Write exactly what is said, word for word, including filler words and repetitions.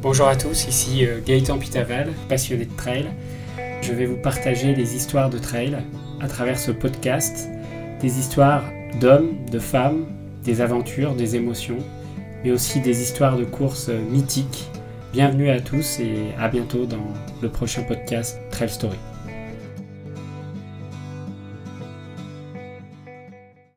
Bonjour à tous, ici Gaëtan Pitaval, passionné de trail. Je vais vous partager des histoires de trail à travers ce podcast, des histoires d'hommes, de femmes, des aventures, des émotions, mais aussi des histoires de courses mythiques. Bienvenue à tous et à bientôt dans le prochain podcast Trail Story.